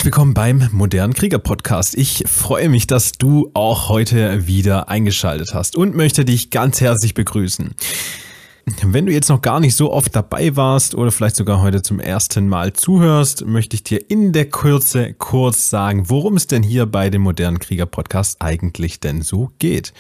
willkommen beim Modernen Krieger Podcast. Ich freue mich, dass du auch heute wieder eingeschaltet hast und möchte dich ganz herzlich begrüßen. Wenn du jetzt noch gar nicht so oft dabei warst oder vielleicht sogar heute zum ersten Mal zuhörst, möchte ich dir in der Kürze kurz sagen, worum es denn hier bei dem Modernen Krieger Podcast eigentlich denn so geht.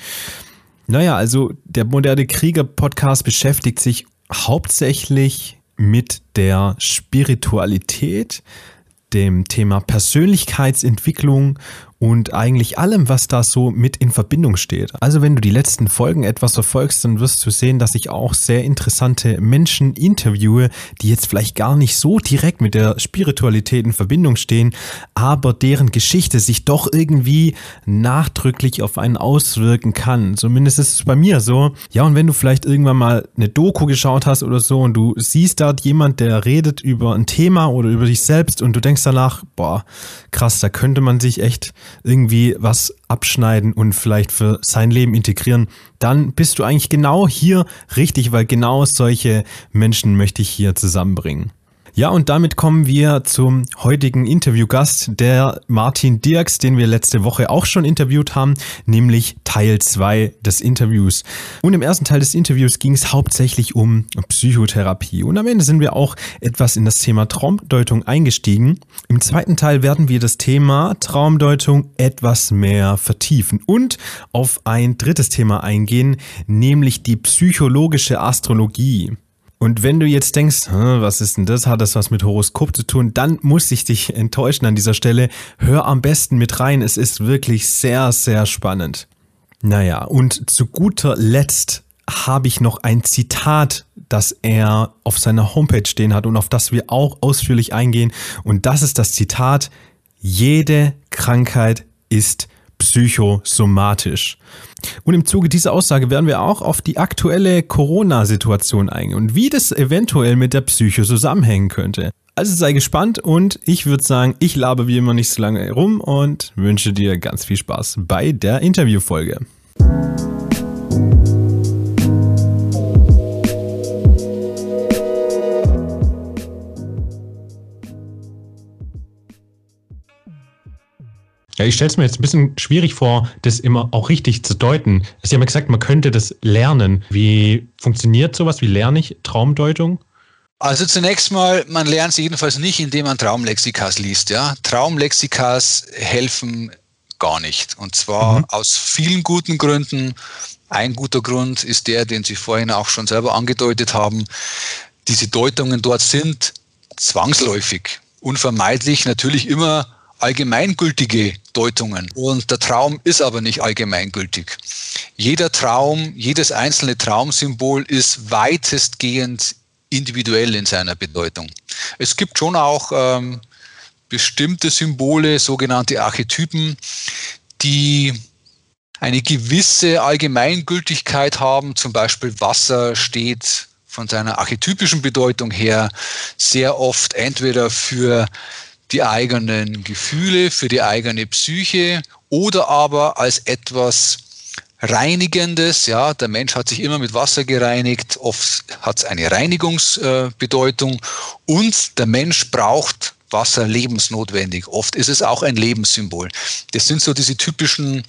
Naja, also der Moderne Krieger Podcast beschäftigt sich hauptsächlich mit der Spiritualität, dem Thema Persönlichkeitsentwicklung und eigentlich allem, was da so mit in Verbindung steht. Also wenn du die letzten Folgen etwas verfolgst, dann wirst du sehen, dass ich auch sehr interessante Menschen interviewe, die jetzt vielleicht gar nicht so direkt mit der Spiritualität in Verbindung stehen, aber deren Geschichte sich doch irgendwie nachdrücklich auf einen auswirken kann. Zumindest ist es bei mir so. Ja, und wenn du vielleicht irgendwann mal eine Doku geschaut hast oder so und du siehst da jemand, der redet über ein Thema oder über dich selbst und du denkst danach, boah, krass, da könnte man sich echt irgendwie was abschneiden und vielleicht für sein Leben integrieren, dann bist du eigentlich genau hier richtig, weil genau solche Menschen möchte ich hier zusammenbringen. Ja, und damit kommen wir zum heutigen Interviewgast, der Martin Dirks, den wir letzte Woche auch schon interviewt haben, nämlich Teil 2 des Interviews. Und im ersten Teil des Interviews ging es hauptsächlich um Psychotherapie. Und am Ende sind wir auch etwas in das Thema Traumdeutung eingestiegen. Im zweiten Teil werden wir das Thema Traumdeutung etwas mehr vertiefen und auf ein drittes Thema eingehen, nämlich die psychologische Astrologie. Und wenn du jetzt denkst, was ist denn das, hat das was mit Horoskop zu tun, dann muss ich dich enttäuschen an dieser Stelle. Hör am besten mit rein, es ist wirklich sehr, sehr spannend. Naja, und zu guter Letzt habe ich noch ein Zitat, das er auf seiner Homepage stehen hat und auf das wir auch ausführlich eingehen. Und das ist das Zitat: Jede Krankheit ist psychosomatisch. Und im Zuge dieser Aussage werden wir auch auf die aktuelle Corona-Situation eingehen und wie das eventuell mit der Psyche zusammenhängen könnte. Also sei gespannt und ich würde sagen, ich laber wie immer nicht so lange rum und wünsche dir ganz viel Spaß bei der Interviewfolge. Ja, ich stelle es mir jetzt ein bisschen schwierig vor, das immer auch richtig zu deuten. Sie haben ja gesagt, man könnte das lernen. Wie funktioniert sowas? Wie lerne ich Traumdeutung? Also zunächst mal, man lernt es jedenfalls nicht, indem man Traumlexikas liest. Ja? Traumlexikas helfen gar nicht. Und zwar aus vielen guten Gründen. Ein guter Grund ist der, den Sie vorhin auch schon selber angedeutet haben. Diese Deutungen dort sind zwangsläufig, unvermeidlich, natürlich immer allgemeingültige Deutungen. Und der Traum ist aber nicht allgemeingültig. Jeder Traum, jedes einzelne Traumsymbol ist weitestgehend individuell in seiner Bedeutung. Es gibt schon auch bestimmte Symbole, sogenannte Archetypen, die eine gewisse Allgemeingültigkeit haben. Zum Beispiel Wasser steht von seiner archetypischen Bedeutung her sehr oft entweder für die eigenen Gefühle, für die eigene Psyche oder aber als etwas Reinigendes. Ja, der Mensch hat sich immer mit Wasser gereinigt, oft hat es eine Reinigungsbedeutung und der Mensch braucht Wasser lebensnotwendig. Oft ist es auch ein Lebenssymbol. Das sind so diese typischen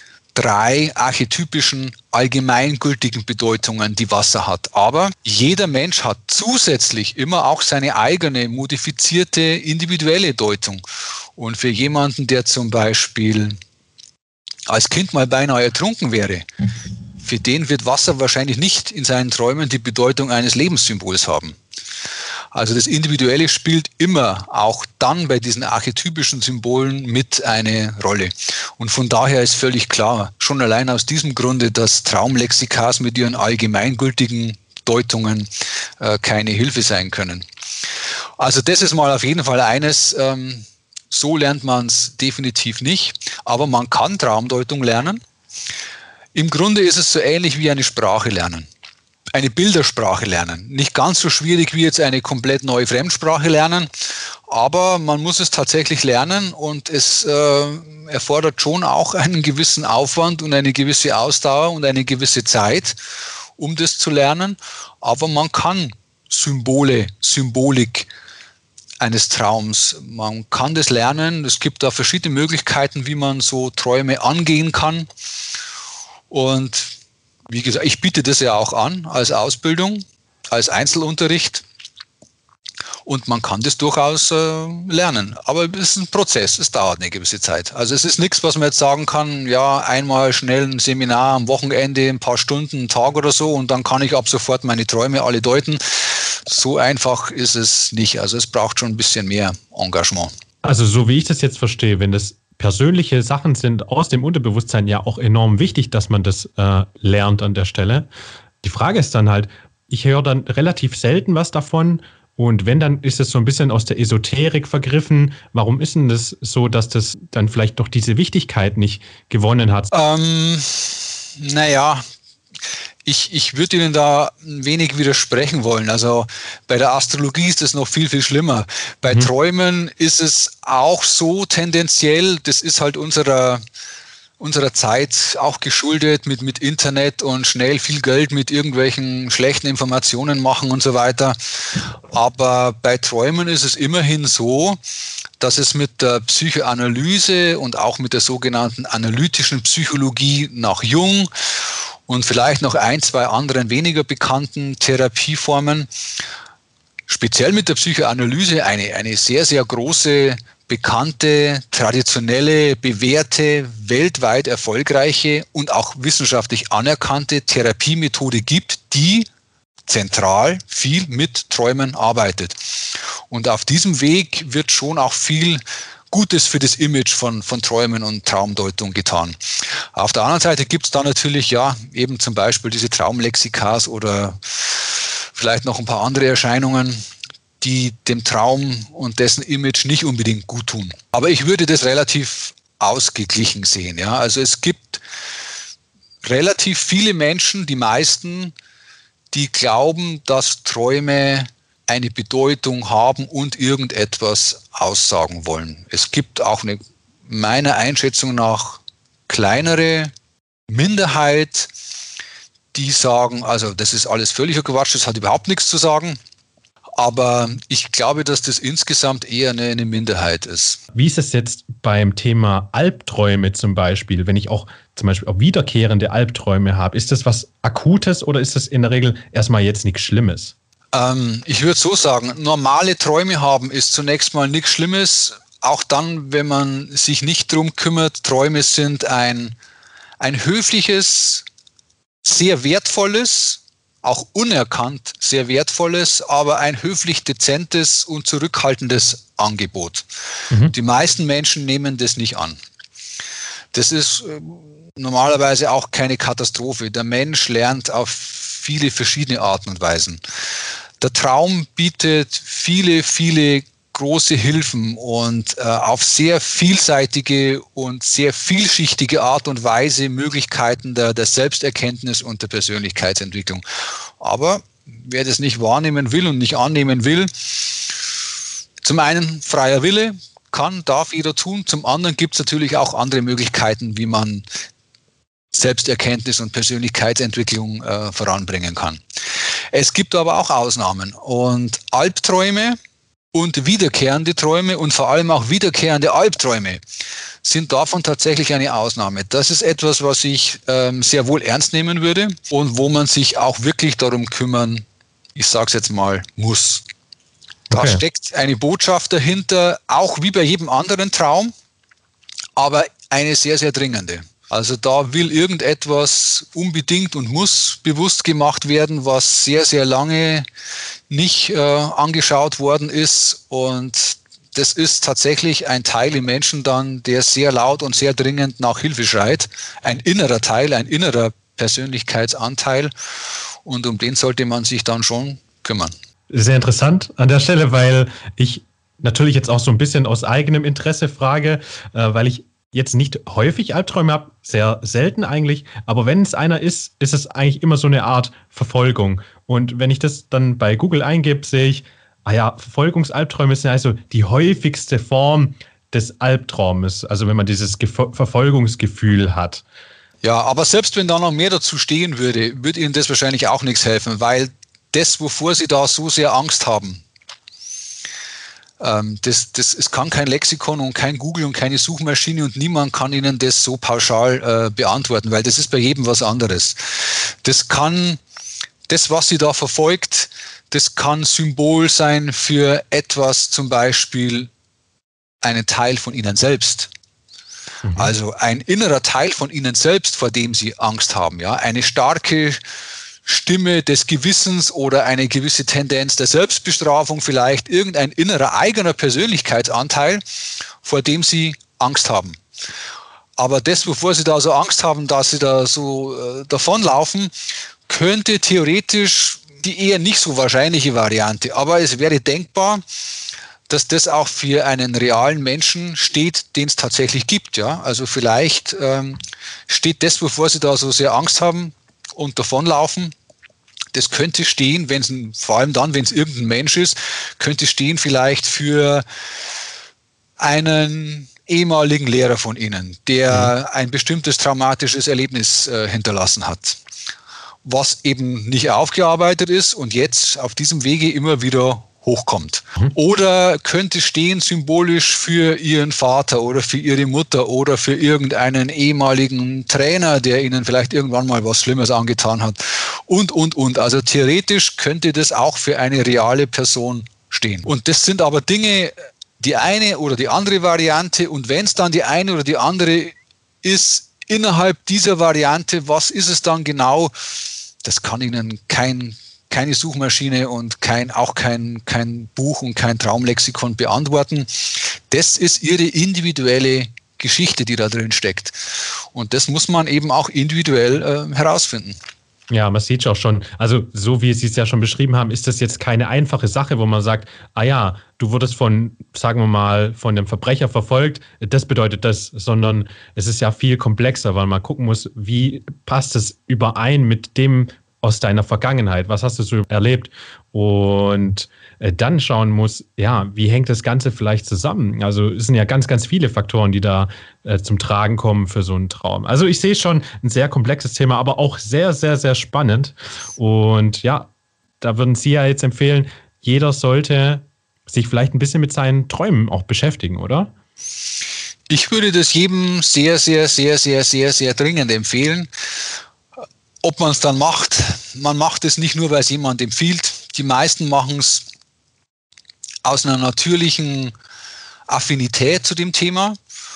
3 archetypischen, allgemeingültigen Bedeutungen, die Wasser hat. Aber jeder Mensch hat zusätzlich immer auch seine eigene, modifizierte, individuelle Deutung. Und für jemanden, der zum Beispiel als Kind mal beinahe ertrunken wäre, für den wird Wasser wahrscheinlich nicht in seinen Träumen die Bedeutung eines Lebenssymbols haben. Also das Individuelle spielt immer, auch dann bei diesen archetypischen Symbolen, mit eine Rolle. Und von daher ist völlig klar, schon allein aus diesem Grunde, dass Traumlexikas mit ihren allgemeingültigen Deutungen keine Hilfe sein können. Also das ist mal auf jeden Fall eines, so lernt man es definitiv nicht, aber man kann Traumdeutung lernen. Im Grunde ist es so ähnlich wie eine Sprache lernen. Eine Bildersprache lernen. Nicht ganz so schwierig wie jetzt eine komplett neue Fremdsprache lernen, aber man muss es tatsächlich lernen und es erfordert schon auch einen gewissen Aufwand und eine gewisse Ausdauer und eine gewisse Zeit, um das zu lernen. Aber man kann Symbole, Symbolik eines Traums. Man kann das lernen. Es gibt da verschiedene Möglichkeiten, wie man so Träume angehen kann. Und wie gesagt, ich biete das ja auch an als Ausbildung, als Einzelunterricht. Und man kann das durchaus lernen. Aber es ist ein Prozess, es dauert eine gewisse Zeit. Also es ist nichts, was man jetzt sagen kann, ja, einmal schnell ein Seminar am Wochenende, ein paar Stunden, einen Tag oder so und dann kann ich ab sofort meine Träume alle deuten. So einfach ist es nicht. Also es braucht schon ein bisschen mehr Engagement. Also so wie ich das jetzt verstehe, wenn das persönliche Sachen sind aus dem Unterbewusstsein, ja auch enorm wichtig, dass man das lernt an der Stelle. Die Frage ist dann halt, ich höre dann relativ selten was davon. Und wenn, dann ist es so ein bisschen aus der Esoterik vergriffen. Warum ist denn das so, dass das dann vielleicht doch diese Wichtigkeit nicht gewonnen hat? Ich würde Ihnen da ein wenig widersprechen wollen. Also bei der Astrologie ist es noch viel, viel schlimmer. Bei Träumen ist es auch so tendenziell, das ist halt unserer Zeit auch geschuldet mit Internet und schnell viel Geld mit irgendwelchen schlechten Informationen machen und so weiter. Aber bei Träumen ist es immerhin so, dass es mit der Psychoanalyse und auch mit der sogenannten analytischen Psychologie nach Jung und vielleicht noch ein, zwei anderen weniger bekannten Therapieformen, speziell mit der Psychoanalyse eine sehr, sehr große, bekannte, traditionelle, bewährte, weltweit erfolgreiche und auch wissenschaftlich anerkannte Therapiemethode gibt, die zentral viel mit Träumen arbeitet. Und auf diesem Weg wird schon auch viel Gutes für das Image von Träumen und Traumdeutung getan. Auf der anderen Seite gibt es da natürlich ja eben zum Beispiel diese Traumlexikas oder vielleicht noch ein paar andere Erscheinungen, die dem Traum und dessen Image nicht unbedingt gut tun. Aber ich würde das relativ ausgeglichen sehen. Ja? Also es gibt relativ viele Menschen, die meisten, die glauben, dass Träume eine Bedeutung haben und irgendetwas aussagen wollen. Es gibt auch eine, meiner Einschätzung nach, kleinere Minderheit, die sagen, also das ist alles völliger Quatsch, das hat überhaupt nichts zu sagen. Aber ich glaube, dass das insgesamt eher eine Minderheit ist. Wie ist es jetzt beim Thema Albträume zum Beispiel? Wenn ich auch zum Beispiel auch wiederkehrende Albträume habe, ist das was Akutes oder ist das in der Regel erstmal jetzt nichts Schlimmes? Ich würde so sagen, normale Träume haben ist zunächst mal nichts Schlimmes. Auch dann, wenn man sich nicht drum kümmert, Träume sind ein höfliches, sehr wertvolles, auch unerkannt sehr wertvolles, aber ein höflich dezentes und zurückhaltendes Angebot. Die meisten Menschen nehmen das nicht an. Das ist normalerweise auch keine Katastrophe. Der Mensch lernt auf viele verschiedene Arten und Weisen. Der Traum bietet viele, viele große Hilfen und auf sehr vielseitige und sehr vielschichtige Art und Weise Möglichkeiten der Selbsterkenntnis und der Persönlichkeitsentwicklung. Aber wer das nicht wahrnehmen will und nicht annehmen will, zum einen freier Wille, darf jeder tun. Zum anderen gibt es natürlich auch andere Möglichkeiten, wie man Selbsterkenntnis und Persönlichkeitsentwicklung voranbringen kann. Es gibt aber auch Ausnahmen und Albträume und wiederkehrende Träume und vor allem auch wiederkehrende Albträume sind davon tatsächlich eine Ausnahme. Das ist etwas, was ich sehr wohl ernst nehmen würde und wo man sich auch wirklich darum kümmern, ich sage es jetzt mal, muss. Da steckt eine Botschaft dahinter, auch wie bei jedem anderen Traum, aber eine sehr, sehr dringende. Also da will irgendetwas unbedingt und muss bewusst gemacht werden, was sehr, sehr lange nicht angeschaut worden ist. Und das ist tatsächlich ein Teil im Menschen dann, der sehr laut und sehr dringend nach Hilfe schreit. Ein innerer Teil, ein innerer Persönlichkeitsanteil. Und um den sollte man sich dann schon kümmern. Sehr interessant an der Stelle, weil ich natürlich jetzt auch so ein bisschen aus eigenem Interesse frage, weil ich jetzt nicht häufig Albträume habe, sehr selten eigentlich, aber wenn es einer ist, ist es eigentlich immer so eine Art Verfolgung. Und wenn ich das dann bei Google eingebe, sehe ich, Verfolgungsalbträume sind also die häufigste Form des Albtraumes, also wenn man dieses Verfolgungsgefühl hat. Ja, aber selbst wenn da noch mehr dazu stehen würde, würde Ihnen das wahrscheinlich auch nichts helfen, weil das, wovor Sie da so sehr Angst haben, Es kann kein Lexikon und kein Google und keine Suchmaschine und niemand kann Ihnen das so pauschal beantworten, weil das ist bei jedem was anderes. Das, was Sie da verfolgt, das kann Symbol sein für etwas, zum Beispiel einen Teil von Ihnen selbst. Also ein innerer Teil von Ihnen selbst, vor dem Sie Angst haben. Ja? Eine starke Stimme des Gewissens oder eine gewisse Tendenz der Selbstbestrafung, vielleicht irgendein innerer eigener Persönlichkeitsanteil, vor dem Sie Angst haben. Aber das, wovor Sie da so Angst haben, dass Sie da so davonlaufen, könnte theoretisch die eher nicht so wahrscheinliche Variante, aber es wäre denkbar, dass das auch für einen realen Menschen steht, den es tatsächlich gibt. Ja? Also vielleicht steht das, wovor Sie da so sehr Angst haben und davonlaufen, das könnte stehen, vor allem dann, wenn es irgendein Mensch ist, könnte stehen vielleicht für einen ehemaligen Lehrer von Ihnen, der ein bestimmtes traumatisches Erlebnis hinterlassen hat, was eben nicht aufgearbeitet ist und jetzt auf diesem Wege immer wieder hochkommt. Oder könnte stehen symbolisch für Ihren Vater oder für Ihre Mutter oder für irgendeinen ehemaligen Trainer, der Ihnen vielleicht irgendwann mal was Schlimmes angetan hat und. Also theoretisch könnte das auch für eine reale Person stehen. Und das sind aber Dinge, die eine oder die andere Variante, und wenn es dann die eine oder die andere ist, innerhalb dieser Variante, was ist es dann genau? Das kann Ihnen keine Suchmaschine und kein Buch und kein Traumlexikon beantworten. Das ist Ihre individuelle Geschichte, die da drin steckt. Und das muss man eben auch individuell herausfinden. Ja, man sieht auch schon, also so wie Sie es ja schon beschrieben haben, ist das jetzt keine einfache Sache, wo man sagt, ah ja, du wurdest von einem Verbrecher verfolgt, das bedeutet das, sondern es ist ja viel komplexer, weil man gucken muss, wie passt es überein mit dem aus deiner Vergangenheit, was hast du so erlebt? Und dann schauen muss, ja, wie hängt das Ganze vielleicht zusammen? Also es sind ja ganz, ganz viele Faktoren, die da zum Tragen kommen für so einen Traum. Also ich sehe schon ein sehr komplexes Thema, aber auch sehr, sehr, sehr spannend. Und ja, da würden Sie ja jetzt empfehlen, jeder sollte sich vielleicht ein bisschen mit seinen Träumen auch beschäftigen, oder? Ich würde das jedem sehr, sehr, sehr, sehr, sehr, sehr dringend empfehlen. Ob man es dann macht, man macht es nicht nur, weil es jemand empfiehlt. Die meisten machen es aus einer natürlichen Affinität zu dem Thema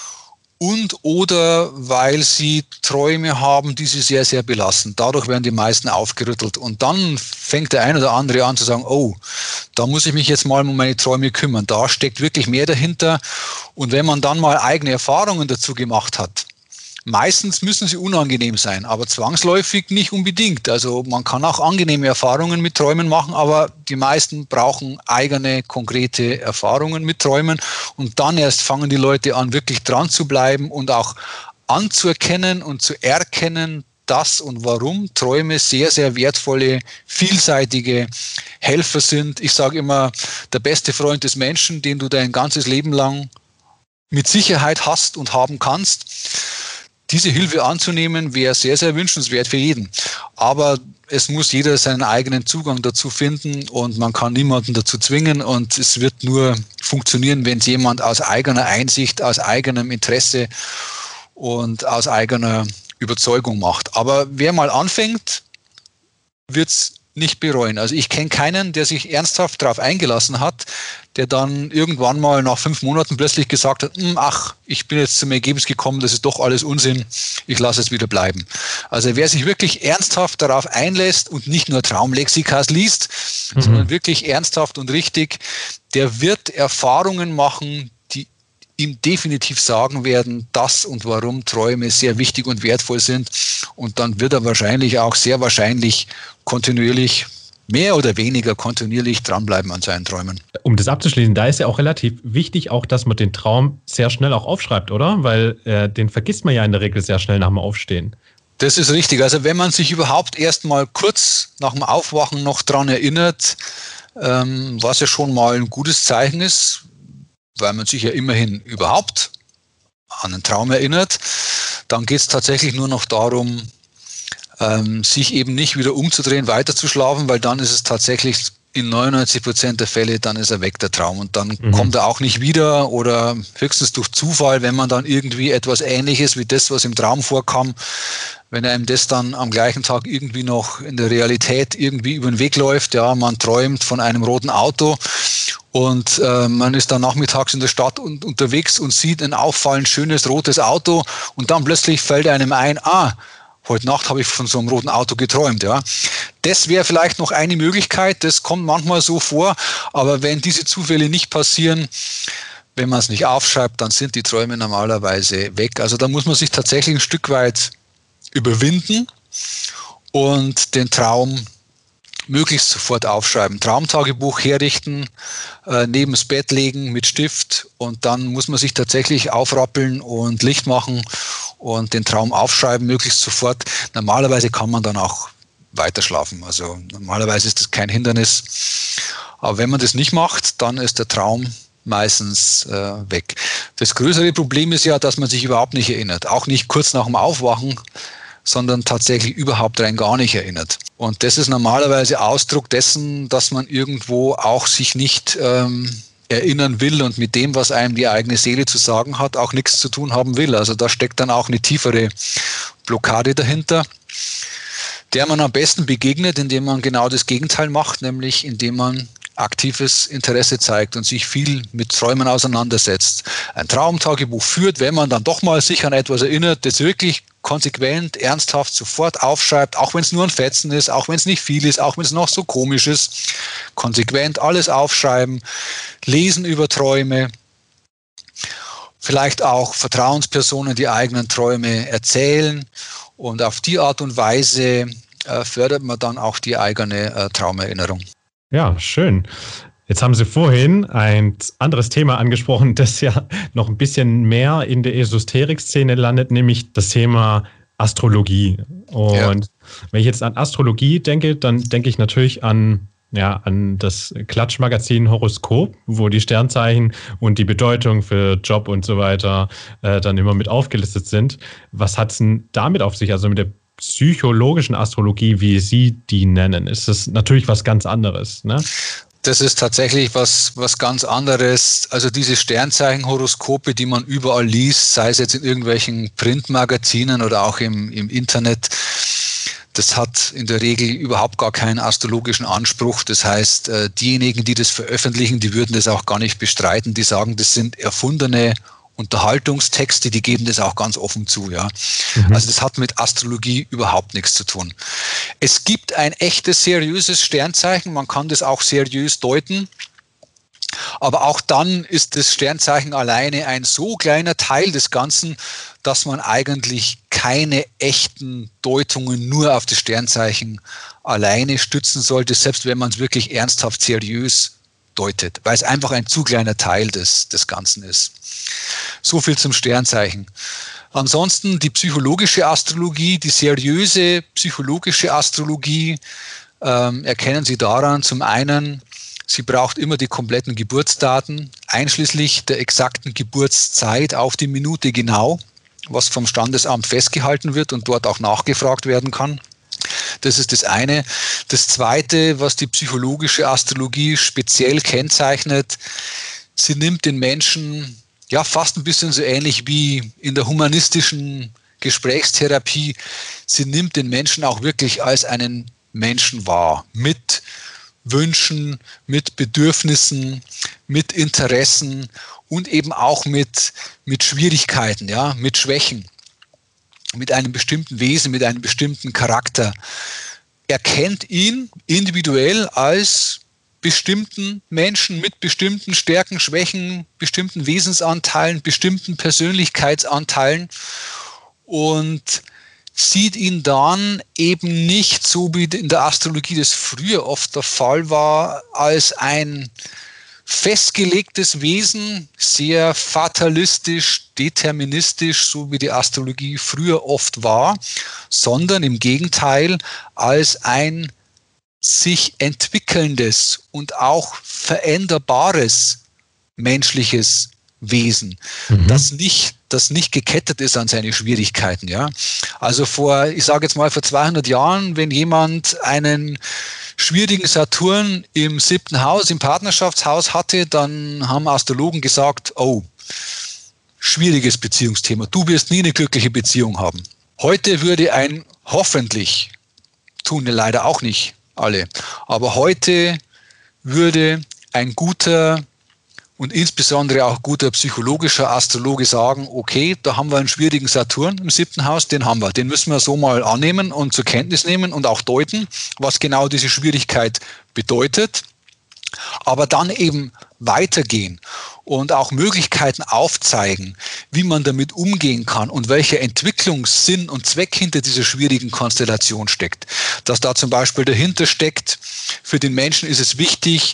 und oder weil sie Träume haben, die sie sehr, sehr belasten. Dadurch werden die meisten aufgerüttelt. Und dann fängt der ein oder andere an zu sagen, oh, da muss ich mich jetzt mal um meine Träume kümmern. Da steckt wirklich mehr dahinter. Und wenn man dann mal eigene Erfahrungen dazu gemacht hat, meistens müssen sie unangenehm sein, aber zwangsläufig nicht unbedingt. Also man kann auch angenehme Erfahrungen mit Träumen machen, aber die meisten brauchen eigene, konkrete Erfahrungen mit Träumen. Und dann erst fangen die Leute an, wirklich dran zu bleiben und auch anzuerkennen und zu erkennen, dass und warum Träume sehr, sehr wertvolle, vielseitige Helfer sind. Ich sage immer, der beste Freund des Menschen, den du dein ganzes Leben lang mit Sicherheit hast und haben kannst. Diese Hilfe anzunehmen, wäre sehr, sehr wünschenswert für jeden. Aber es muss jeder seinen eigenen Zugang dazu finden und man kann niemanden dazu zwingen und es wird nur funktionieren, wenn es jemand aus eigener Einsicht, aus eigenem Interesse und aus eigener Überzeugung macht. Aber wer mal anfängt, wird es nicht bereuen. Also ich kenne keinen, der sich ernsthaft darauf eingelassen hat, der dann irgendwann mal nach 5 Monaten plötzlich gesagt hat, ach, ich bin jetzt zum Ergebnis gekommen, das ist doch alles Unsinn, ich lasse es wieder bleiben. Also wer sich wirklich ernsthaft darauf einlässt und nicht nur Traumlexikas liest, sondern wirklich ernsthaft und richtig, der wird Erfahrungen machen, die ihm definitiv sagen werden, dass und warum Träume sehr wichtig und wertvoll sind. Und dann wird er wahrscheinlich auch sehr wahrscheinlich kontinuierlich, mehr oder weniger kontinuierlich dranbleiben an seinen Träumen. Um das abzuschließen, da ist ja auch relativ wichtig, auch, dass man den Traum sehr schnell auch aufschreibt, oder? Weil den vergisst man ja in der Regel sehr schnell nach dem Aufstehen. Das ist richtig. Also wenn man sich überhaupt erst mal kurz nach dem Aufwachen noch dran erinnert, was ja schon mal ein gutes Zeichen ist, weil man sich ja immerhin überhaupt an einen Traum erinnert, dann geht es tatsächlich nur noch darum, sich eben nicht wieder umzudrehen, weiter zu schlafen, weil dann ist es tatsächlich in 99% der Fälle, dann ist er weg, der Traum. Und dann kommt er auch nicht wieder oder höchstens durch Zufall, wenn man dann irgendwie etwas Ähnliches wie das, was im Traum vorkam, wenn einem das dann am gleichen Tag irgendwie noch in der Realität irgendwie über den Weg läuft. Ja, man träumt von einem roten Auto und man ist dann nachmittags in der Stadt unterwegs und sieht ein auffallend schönes rotes Auto und dann plötzlich fällt einem ein, heute Nacht habe ich von so einem roten Auto geträumt. Ja. Das wäre vielleicht noch eine Möglichkeit, das kommt manchmal so vor, aber wenn diese Zufälle nicht passieren, wenn man es nicht aufschreibt, dann sind die Träume normalerweise weg. Also da muss man sich tatsächlich ein Stück weit überwinden und den Traum möglichst sofort aufschreiben. Traumtagebuch herrichten, neben das Bett legen mit Stift und dann muss man sich tatsächlich aufrappeln und Licht machen und den Traum aufschreiben, möglichst sofort. Normalerweise kann man dann auch weiter schlafen. Also normalerweise ist das kein Hindernis. Aber wenn man das nicht macht, dann ist der Traum meistens weg. Das größere Problem ist ja, dass man sich überhaupt nicht erinnert. Auch nicht kurz nach dem Aufwachen, sondern tatsächlich überhaupt rein gar nicht erinnert. Und das ist normalerweise Ausdruck dessen, dass man irgendwo auch sich nicht erinnern will und mit dem, was einem die eigene Seele zu sagen hat, auch nichts zu tun haben will. Also da steckt dann auch eine tiefere Blockade dahinter, der man am besten begegnet, indem man genau das Gegenteil macht, nämlich indem man aktives Interesse zeigt und sich viel mit Träumen auseinandersetzt. Ein Traumtagebuch führt, wenn man dann doch mal sich an etwas erinnert, das wirklich konsequent, ernsthaft sofort aufschreibt, auch wenn es nur ein Fetzen ist, auch wenn es nicht viel ist, auch wenn es noch so komisch ist, konsequent alles aufschreiben, lesen über Träume, vielleicht auch Vertrauenspersonen die eigenen Träume erzählen und auf die Art und Weise fördert man dann auch die eigene Traumerinnerung. Ja, schön. Jetzt haben Sie vorhin ein anderes Thema angesprochen, das ja noch ein bisschen mehr in der Esoterik-Szene landet, nämlich das Thema Astrologie. Und wenn ich jetzt an Astrologie denke, dann denke ich natürlich an das Klatschmagazin Horoskop, wo die Sternzeichen und die Bedeutung für Job und so weiter dann immer mit aufgelistet sind. Was hat es denn damit auf sich, also mit der psychologischen Astrologie, wie Sie die nennen? Ist das natürlich was ganz anderes, ne? Das ist tatsächlich was ganz anderes. Also diese Sternzeichenhoroskope, die man überall liest, sei es jetzt in irgendwelchen Printmagazinen oder auch im Internet, das hat in der Regel überhaupt gar keinen astrologischen Anspruch. Das heißt, diejenigen, die das veröffentlichen, die würden das auch gar nicht bestreiten. Die sagen, das sind erfundene Unterhaltungstexte, die geben das auch ganz offen zu. Ja. Also das hat mit Astrologie überhaupt nichts zu tun. Es gibt ein echtes, seriöses Sternzeichen. Man kann das auch seriös deuten. Aber auch dann ist das Sternzeichen alleine ein so kleiner Teil des Ganzen, dass man eigentlich keine echten Deutungen nur auf das Sternzeichen alleine stützen sollte, selbst wenn man es wirklich ernsthaft seriös deutet, weil es einfach ein zu kleiner Teil des Ganzen ist. So viel zum Sternzeichen. Ansonsten die psychologische Astrologie, die seriöse psychologische Astrologie erkennen Sie daran, zum einen, sie braucht immer die kompletten Geburtsdaten, einschließlich der exakten Geburtszeit auf die Minute genau, was vom Standesamt festgehalten wird und dort auch nachgefragt werden kann. Das ist das eine. Das zweite, was die psychologische Astrologie speziell kennzeichnet, sie nimmt den Menschen ja fast ein bisschen so ähnlich wie in der humanistischen Gesprächstherapie. Sie nimmt den Menschen auch wirklich als einen Menschen wahr, mit Wünschen, mit Bedürfnissen, mit Interessen und eben auch mit Schwierigkeiten, ja, mit Schwächen, mit einem bestimmten Wesen, mit einem bestimmten Charakter. Erkennt ihn individuell als bestimmten Menschen mit bestimmten Stärken, Schwächen, bestimmten Wesensanteilen, bestimmten Persönlichkeitsanteilen und sieht ihn dann eben nicht, so wie in der Astrologie das früher oft der Fall war, als ein festgelegtes Wesen, sehr fatalistisch, deterministisch, so wie die Astrologie früher oft war, sondern im Gegenteil als ein sich entwickelndes und auch veränderbares menschliches Wesen, das nicht gekettet ist an seine Schwierigkeiten. Ja? Also ich sage jetzt mal vor 200 Jahren, wenn jemand einen schwierigen Saturn im 7. Haus, im Partnerschaftshaus hatte, dann haben Astrologen gesagt, oh, schwieriges Beziehungsthema, du wirst nie eine glückliche Beziehung haben. Heute würde hoffentlich, tun wir leider auch nicht alle, aber heute würde ein guter und insbesondere auch guter psychologischer Astrologe sagen, okay, da haben wir einen schwierigen Saturn im 7. Haus, den haben wir. Den müssen wir so mal annehmen und zur Kenntnis nehmen und auch deuten, was genau diese Schwierigkeit bedeutet. Aber dann eben weitergehen und auch Möglichkeiten aufzeigen, wie man damit umgehen kann und welcher Entwicklungssinn und Zweck hinter dieser schwierigen Konstellation steckt. Dass da zum Beispiel dahinter steckt, für den Menschen ist es wichtig,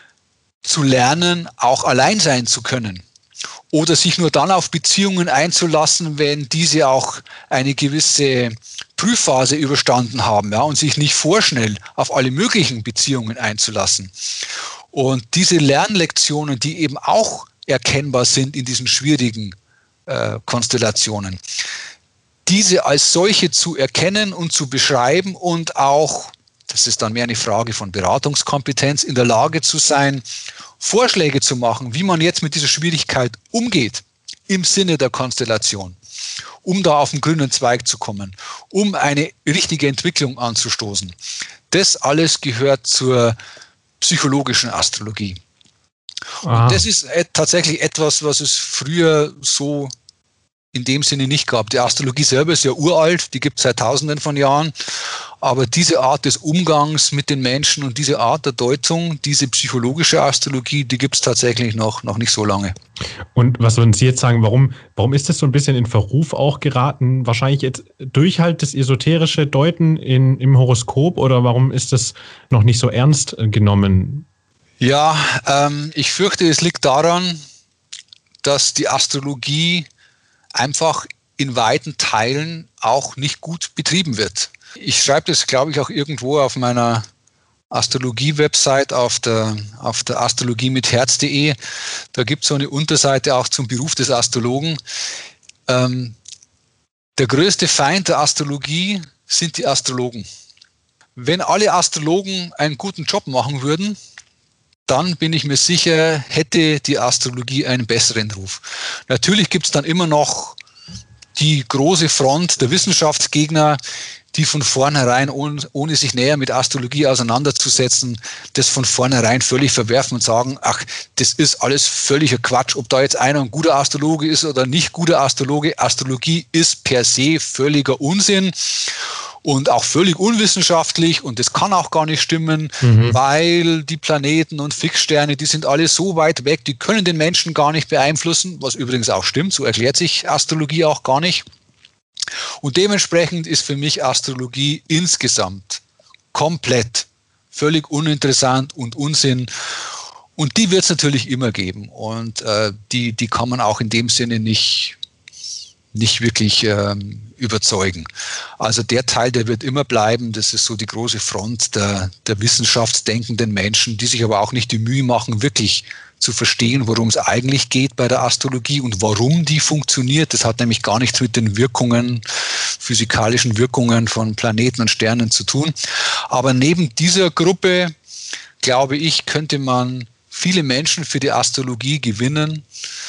zu lernen, auch allein sein zu können. Oder sich nur dann auf Beziehungen einzulassen, wenn diese auch eine gewisse Prüfphase überstanden haben, ja, und sich nicht vorschnell auf alle möglichen Beziehungen einzulassen. Und diese Lernlektionen, die eben auch erkennbar sind in diesen schwierigen Konstellationen, diese als solche zu erkennen und zu beschreiben und auch, das ist dann mehr eine Frage von Beratungskompetenz, in der Lage zu sein, Vorschläge zu machen, wie man jetzt mit dieser Schwierigkeit umgeht, im Sinne der Konstellation, um da auf den grünen Zweig zu kommen, um eine richtige Entwicklung anzustoßen. Das alles gehört zur psychologischen Astrologie. Und das ist tatsächlich etwas, was es früher so in dem Sinne nicht gab. Die Astrologie selber ist ja uralt, die gibt es seit Tausenden von Jahren. Aber diese Art des Umgangs mit den Menschen und diese Art der Deutung, diese psychologische Astrologie, die gibt es tatsächlich noch nicht so lange. Und was würden Sie jetzt sagen, warum ist das so ein bisschen in Verruf auch geraten? Wahrscheinlich jetzt durch halt das esoterische Deuten im Horoskop, oder warum ist das noch nicht so ernst genommen? Ja, ich fürchte, es liegt daran, dass die Astrologie einfach in weiten Teilen auch nicht gut betrieben wird. Ich schreibe das, glaube ich, auch irgendwo auf meiner Astrologie-Website, auf der astrologie mit Herz.de. Da gibt es so eine Unterseite auch zum Beruf des Astrologen. Der größte Feind der Astrologie sind die Astrologen. Wenn alle Astrologen einen guten Job machen würden, dann bin ich mir sicher, hätte die Astrologie einen besseren Ruf. Natürlich gibt es dann immer noch die große Front der Wissenschaftsgegner, die von vornherein, ohne sich näher mit Astrologie auseinanderzusetzen, das von vornherein völlig verwerfen und sagen, ach, das ist alles völliger Quatsch, ob da jetzt einer ein guter Astrologe ist oder nicht guter Astrologe. Astrologie ist per se völliger Unsinn und auch völlig unwissenschaftlich, und das kann auch gar nicht stimmen, weil die Planeten und Fixsterne, die sind alle so weit weg, die können den Menschen gar nicht beeinflussen, was übrigens auch stimmt, so erklärt sich Astrologie auch gar nicht. Und dementsprechend ist für mich Astrologie insgesamt komplett völlig uninteressant und Unsinn. Und die wird es natürlich immer geben. Und die kann man auch in dem Sinne nicht wirklich überzeugen. Also der Teil, der wird immer bleiben. Das ist so die große Front der wissenschaftsdenkenden Menschen, die sich aber auch nicht die Mühe machen, wirklich zu verstehen, worum es eigentlich geht bei der Astrologie und warum die funktioniert. Das hat nämlich gar nichts mit den Wirkungen, physikalischen Wirkungen von Planeten und Sternen zu tun. Aber neben dieser Gruppe, glaube ich, könnte man viele Menschen für die Astrologie gewinnen,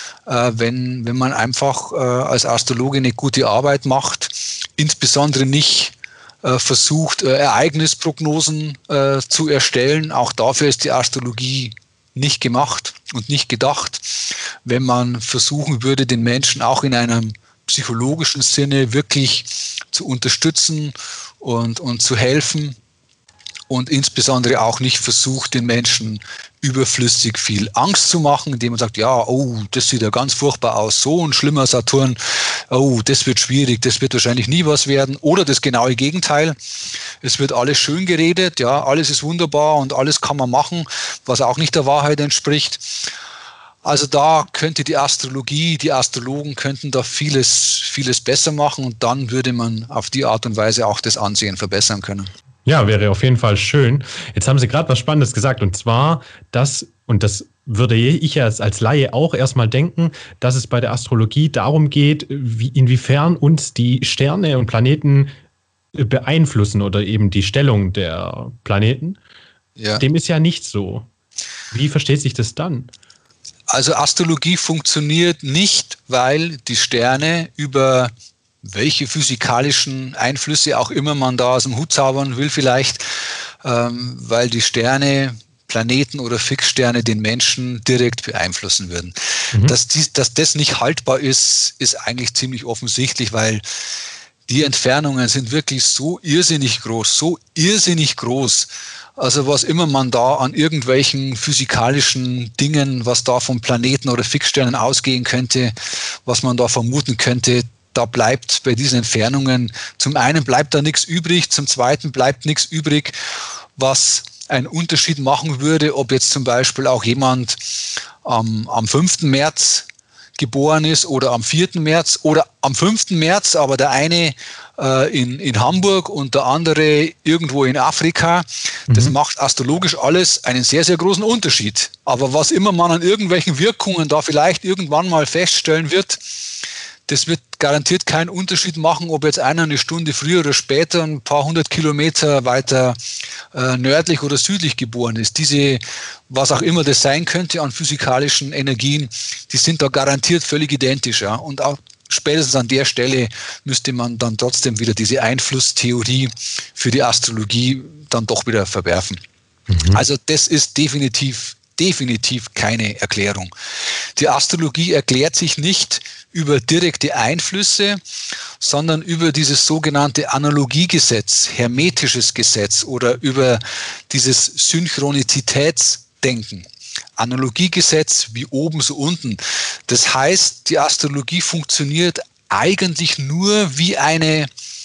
wenn man einfach als Astrologe eine gute Arbeit macht, insbesondere nicht versucht, Ereignisprognosen zu erstellen. Auch dafür ist die Astrologie nicht gemacht und nicht gedacht. Wenn man versuchen würde, den Menschen auch in einem psychologischen Sinne wirklich zu unterstützen und zu helfen, und insbesondere auch nicht versucht, den Menschen überflüssig viel Angst zu machen, indem man sagt, ja, oh, das sieht ja ganz furchtbar aus, so ein schlimmer Saturn, oh, das wird schwierig, das wird wahrscheinlich nie was werden. Oder das genaue Gegenteil, es wird alles schön geredet, ja, alles ist wunderbar und alles kann man machen, was auch nicht der Wahrheit entspricht. Also da könnte die Astrologie, die Astrologen könnten da vieles besser machen, und dann würde man auf die Art und Weise auch das Ansehen verbessern können. Ja, wäre auf jeden Fall schön. Jetzt haben Sie gerade was Spannendes gesagt, und zwar, das würde ich als Laie auch erstmal denken, dass es bei der Astrologie darum geht, inwiefern uns die Sterne und Planeten beeinflussen oder eben die Stellung der Planeten. dem ist ja nicht so. Wie versteht sich das dann? Also Astrologie funktioniert nicht, weil die Sterne über welche physikalischen Einflüsse auch immer man da aus dem Hut zaubern will vielleicht, weil die Sterne, Planeten oder Fixsterne den Menschen direkt beeinflussen würden. Dass das nicht haltbar ist, ist eigentlich ziemlich offensichtlich, weil die Entfernungen sind wirklich so irrsinnig groß. Also was immer man da an irgendwelchen physikalischen Dingen, was da von Planeten oder Fixsternen ausgehen könnte, was man da vermuten könnte, da bleibt bei diesen Entfernungen, zum einen bleibt da nichts übrig, zum zweiten bleibt nichts übrig, was einen Unterschied machen würde, ob jetzt zum Beispiel auch jemand am 5. März geboren ist oder am 4. März oder am 5. März, aber der eine in Hamburg und der andere irgendwo in Afrika. Das macht astrologisch alles einen sehr, sehr großen Unterschied. Aber was immer man an irgendwelchen Wirkungen da vielleicht irgendwann mal feststellen wird, das wird garantiert keinen Unterschied machen, ob jetzt einer eine Stunde früher oder später ein paar 100 Kilometer weiter nördlich oder südlich geboren ist. Diese, was auch immer das sein könnte an physikalischen Energien, die sind da garantiert völlig identisch. Ja? Und auch spätestens an der Stelle müsste man dann trotzdem wieder diese Einflusstheorie für die Astrologie dann doch wieder verwerfen. Also das ist definitiv keine Erklärung. Die Astrologie erklärt sich nicht über direkte Einflüsse, sondern über dieses sogenannte Analogiegesetz, hermetisches Gesetz oder über dieses Synchronizitätsdenken. Analogiegesetz wie oben so unten. Das heißt, die Astrologie funktioniert eigentlich nur wie eine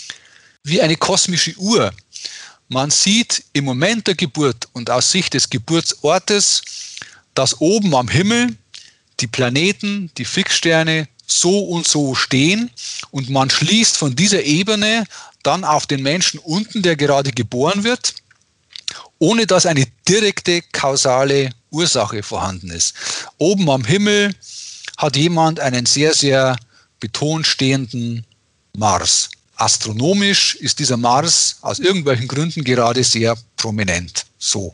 kosmische Uhr. Man sieht im Moment der Geburt und aus Sicht des Geburtsortes, dass oben am Himmel die Planeten, die Fixsterne so und so stehen und man schließt von dieser Ebene dann auf den Menschen unten, der gerade geboren wird, ohne dass eine direkte kausale Ursache vorhanden ist. Oben am Himmel hat jemand einen sehr, sehr betont stehenden Mars. Astronomisch ist dieser Mars aus irgendwelchen Gründen gerade sehr prominent. So.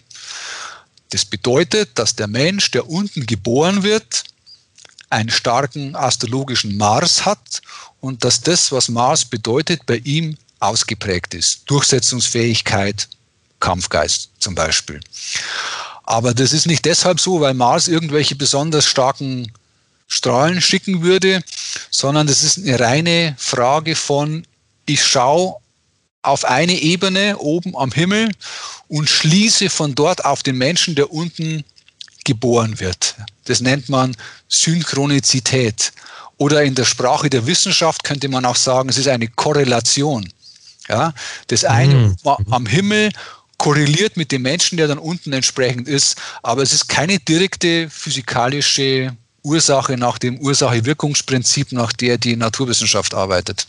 Das bedeutet, dass der Mensch, der unten geboren wird, einen starken astrologischen Mars hat und dass das, was Mars bedeutet, bei ihm ausgeprägt ist. Durchsetzungsfähigkeit, Kampfgeist zum Beispiel. Aber das ist nicht deshalb so, weil Mars irgendwelche besonders starken Strahlen schicken würde, sondern das ist eine reine Frage von, ich schaue auf eine Ebene oben am Himmel und schließe von dort auf den Menschen, der unten geboren wird. Das nennt man Synchronizität. Oder in der Sprache der Wissenschaft könnte man auch sagen, es ist eine Korrelation. Ja, das eine am Himmel korreliert mit dem Menschen, der dann unten entsprechend ist, aber es ist keine direkte physikalische Ursache nach dem Ursache-Wirkungsprinzip, nach der die Naturwissenschaft arbeitet.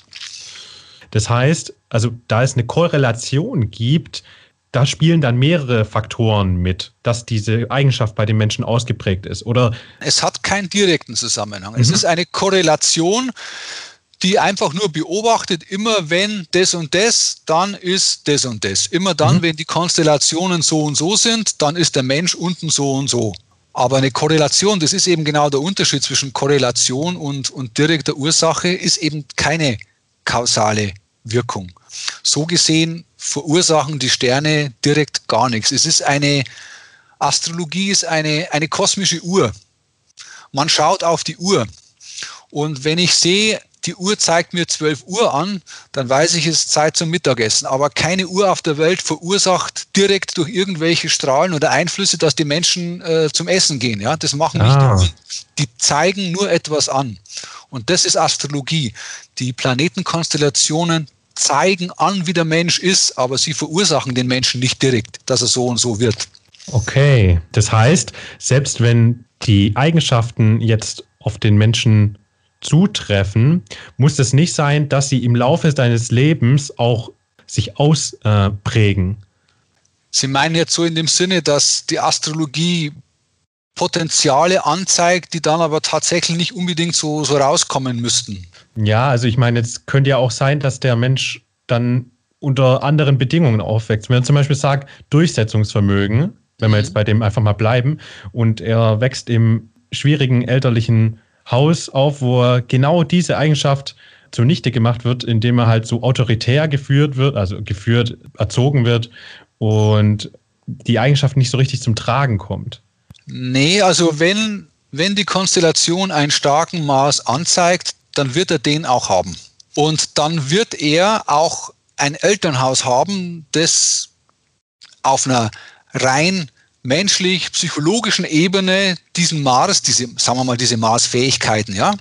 Das heißt, also da es eine Korrelation gibt, da spielen dann mehrere Faktoren mit, dass diese Eigenschaft bei den Menschen ausgeprägt ist, oder? Es hat keinen direkten Zusammenhang. Es ist eine Korrelation, die einfach nur beobachtet, immer wenn das und das, dann ist das und das. Immer dann, wenn die Konstellationen so und so sind, dann ist der Mensch unten so und so. Aber eine Korrelation, das ist eben genau der Unterschied zwischen Korrelation und direkter Ursache, ist eben keine kausale Wirkung. So gesehen verursachen die Sterne direkt gar nichts. Astrologie ist eine kosmische Uhr. Man schaut auf die Uhr. Und wenn ich sehe, die Uhr zeigt mir 12 Uhr an, dann weiß ich, es ist Zeit zum Mittagessen. Aber keine Uhr auf der Welt verursacht direkt durch irgendwelche Strahlen oder Einflüsse, dass die Menschen zum Essen gehen. Ja? Das machen nicht die Uhren. Die zeigen nur etwas an. Und das ist Astrologie. Die Planetenkonstellationen zeigen an, wie der Mensch ist, aber sie verursachen den Menschen nicht direkt, dass er so und so wird. Okay, das heißt, selbst wenn die Eigenschaften jetzt auf den Menschen zutreffen, muss es nicht sein, dass sie im Laufe seines Lebens auch sich ausprägen. Sie meinen jetzt so in dem Sinne, dass die Astrologie Potenziale anzeigt, die dann aber tatsächlich nicht unbedingt so rauskommen müssten. Ja, also ich meine, es könnte ja auch sein, dass der Mensch dann unter anderen Bedingungen aufwächst. Wenn man zum Beispiel sagt, Durchsetzungsvermögen, wenn wir jetzt bei dem einfach mal bleiben. Und er wächst im schwierigen elterlichen Haus auf, wo er genau diese Eigenschaft zunichte gemacht wird, indem er halt so autoritär erzogen wird und die Eigenschaft nicht so richtig zum Tragen kommt. Nee, also wenn die Konstellation einen starken Mars anzeigt, dann wird er den auch haben. Und dann wird er auch ein Elternhaus haben, das auf einer rein menschlich-psychologischen Ebene diesen Mars, diese Mars-Fähigkeiten, ja,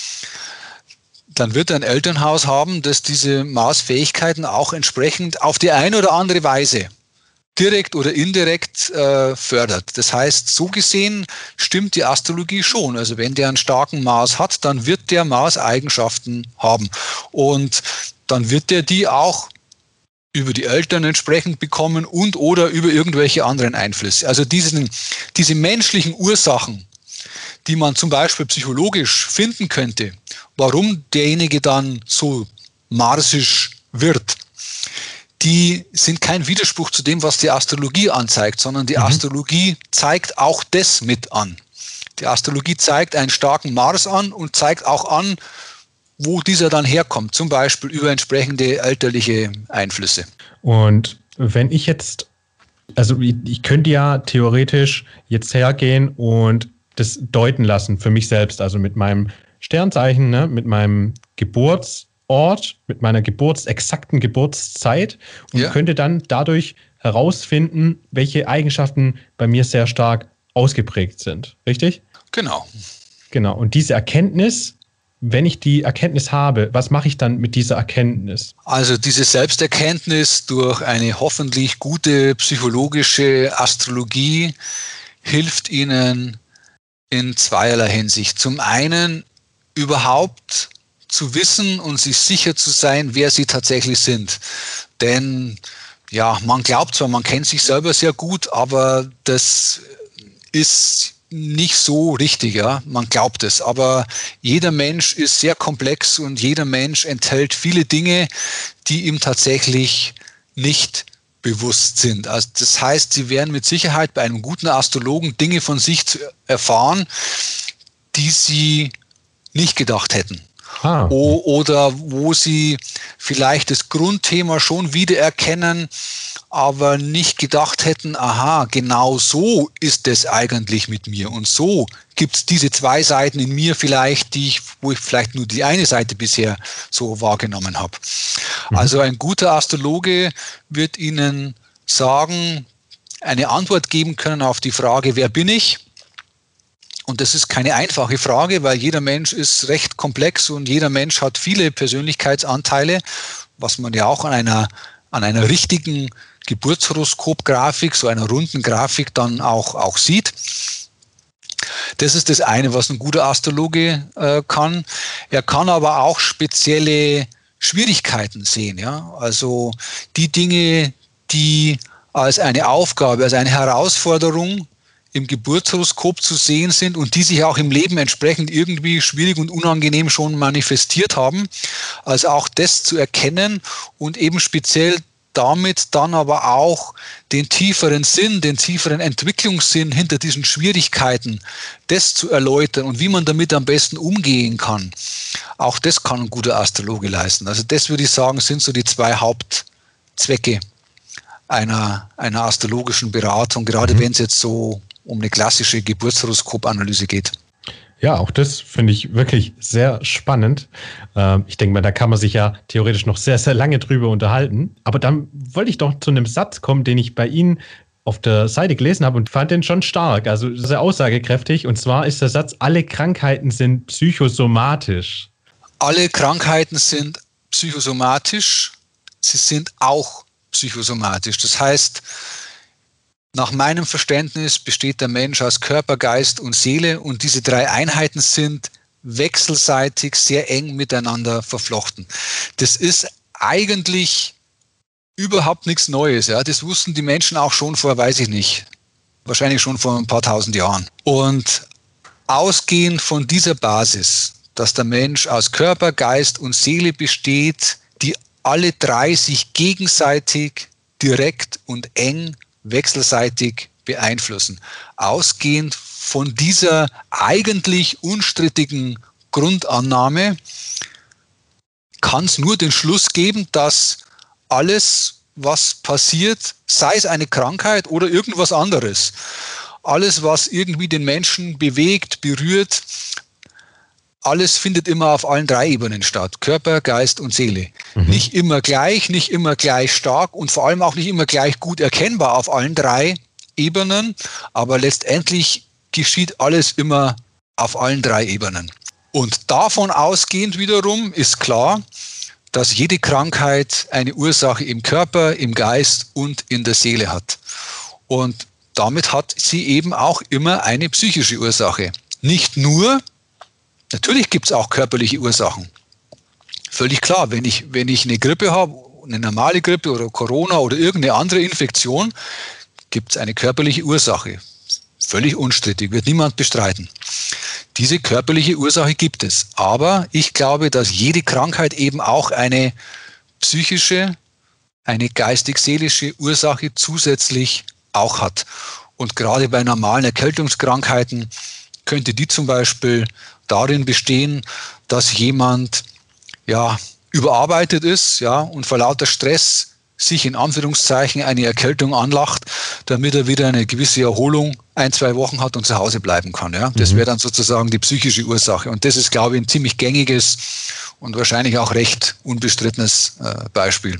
dann wird er ein Elternhaus haben, das diese Mars-Fähigkeiten auch entsprechend auf die eine oder andere Weise direkt oder indirekt fördert. Das heißt, so gesehen stimmt die Astrologie schon. Also wenn der einen starken Mars hat, dann wird der Mars-Eigenschaften haben. Und dann wird der die auch über die Eltern entsprechend bekommen und oder über irgendwelche anderen Einflüsse. Also diese menschlichen Ursachen, die man zum Beispiel psychologisch finden könnte, warum derjenige dann so marsisch wird, die sind kein Widerspruch zu dem, was die Astrologie anzeigt, sondern die Astrologie zeigt auch das mit an. Die Astrologie zeigt einen starken Mars an und zeigt auch an, wo dieser dann herkommt, zum Beispiel über entsprechende elterliche Einflüsse. Und wenn ich jetzt, also ich könnte ja theoretisch jetzt hergehen und das deuten lassen für mich selbst, also mit meinem Sternzeichen, ne, mit meinem Geburtsort, mit meiner exakten Geburtszeit und könnte dann dadurch herausfinden, welche Eigenschaften bei mir sehr stark ausgeprägt sind. Richtig? Genau. Genau. Und diese Erkenntnis, wenn ich die Erkenntnis habe, was mache ich dann mit dieser Erkenntnis? Also diese Selbsterkenntnis durch eine hoffentlich gute psychologische Astrologie hilft Ihnen in zweierlei Hinsicht. Zum einen überhaupt zu wissen und sich sicher zu sein, wer Sie tatsächlich sind. Denn ja, man glaubt zwar, man kennt sich selber sehr gut, aber das ist nicht so richtig, ja. Man glaubt es, aber jeder Mensch ist sehr komplex und jeder Mensch enthält viele Dinge, die ihm tatsächlich nicht bewusst sind. Also das heißt, Sie werden mit Sicherheit bei einem guten Astrologen Dinge von sich erfahren, die Sie nicht gedacht hätten. Oder wo Sie vielleicht das Grundthema schon wiedererkennen, aber nicht gedacht hätten, aha, genau so ist es eigentlich mit mir. Und so gibt es diese zwei Seiten in mir vielleicht, wo ich vielleicht nur die eine Seite bisher so wahrgenommen habe. Also ein guter Astrologe wird Ihnen sagen, eine Antwort geben können auf die Frage, wer bin ich? Und das ist keine einfache Frage, weil jeder Mensch ist recht komplex und jeder Mensch hat viele Persönlichkeitsanteile, was man ja auch an einer richtigen Geburtshoroskop-Grafik, so einer runden Grafik dann auch sieht. Das ist das eine, was ein guter Astrologe kann. Er kann aber auch spezielle Schwierigkeiten sehen. Ja? Also die Dinge, die als eine Aufgabe, als eine Herausforderung im Geburtshoroskop zu sehen sind und die sich auch im Leben entsprechend irgendwie schwierig und unangenehm schon manifestiert haben. Also auch das zu erkennen und eben speziell damit dann aber auch den tieferen Sinn, den tieferen Entwicklungssinn hinter diesen Schwierigkeiten, das zu erläutern und wie man damit am besten umgehen kann. Auch das kann ein guter Astrologe leisten. Also das würde ich sagen, sind so die zwei Hauptzwecke einer astrologischen Beratung, gerade wenn es jetzt so um eine klassische Geburtshoroskop-Analyse geht. Ja, auch das finde ich wirklich sehr spannend. Ich denke mal, da kann man sich ja theoretisch noch sehr, sehr lange drüber unterhalten. Aber dann wollte ich doch zu einem Satz kommen, den ich bei Ihnen auf der Seite gelesen habe und fand den schon stark, also sehr aussagekräftig. Und zwar ist der Satz, alle Krankheiten sind psychosomatisch. Alle Krankheiten sind psychosomatisch, sie sind auch psychosomatisch. Das heißt, nach meinem Verständnis besteht der Mensch aus Körper, Geist und Seele und diese drei Einheiten sind wechselseitig sehr eng miteinander verflochten. Das ist eigentlich überhaupt nichts Neues. Ja? Das wussten die Menschen auch schon vor, weiß ich nicht, wahrscheinlich schon vor ein paar tausend Jahren. Und ausgehend von dieser Basis, dass der Mensch aus Körper, Geist und Seele besteht, die alle drei sich gegenseitig direkt und eng wechselseitig beeinflussen. Ausgehend von dieser eigentlich unstrittigen Grundannahme kann es nur den Schluss geben, dass alles, was passiert, sei es eine Krankheit oder irgendwas anderes, alles, was irgendwie den Menschen bewegt, berührt, alles findet immer auf allen 3 Ebenen statt. Körper, Geist und Seele. Nicht immer gleich, nicht immer gleich stark und vor allem auch nicht immer gleich gut erkennbar auf allen 3 Ebenen. Aber letztendlich geschieht alles immer auf allen 3 Ebenen. Und davon ausgehend wiederum ist klar, dass jede Krankheit eine Ursache im Körper, im Geist und in der Seele hat. Und damit hat sie eben auch immer eine psychische Ursache. Nicht nur, natürlich gibt es auch körperliche Ursachen. Völlig klar, wenn ich eine Grippe habe, eine normale Grippe oder Corona oder irgendeine andere Infektion, gibt es eine körperliche Ursache. Völlig unstrittig, wird niemand bestreiten. Diese körperliche Ursache gibt es. Aber ich glaube, dass jede Krankheit eben auch eine psychische, eine geistig-seelische Ursache zusätzlich auch hat. Und gerade bei normalen Erkältungskrankheiten könnte die zum Beispiel darin bestehen, dass jemand überarbeitet ist, und vor lauter Stress sich in Anführungszeichen eine Erkältung anlacht, damit er wieder eine gewisse Erholung 1-2 Wochen hat und zu Hause bleiben kann. Ja? Das wäre dann sozusagen die psychische Ursache. Und das ist, glaube ich, ein ziemlich gängiges und wahrscheinlich auch recht unbestrittenes Beispiel.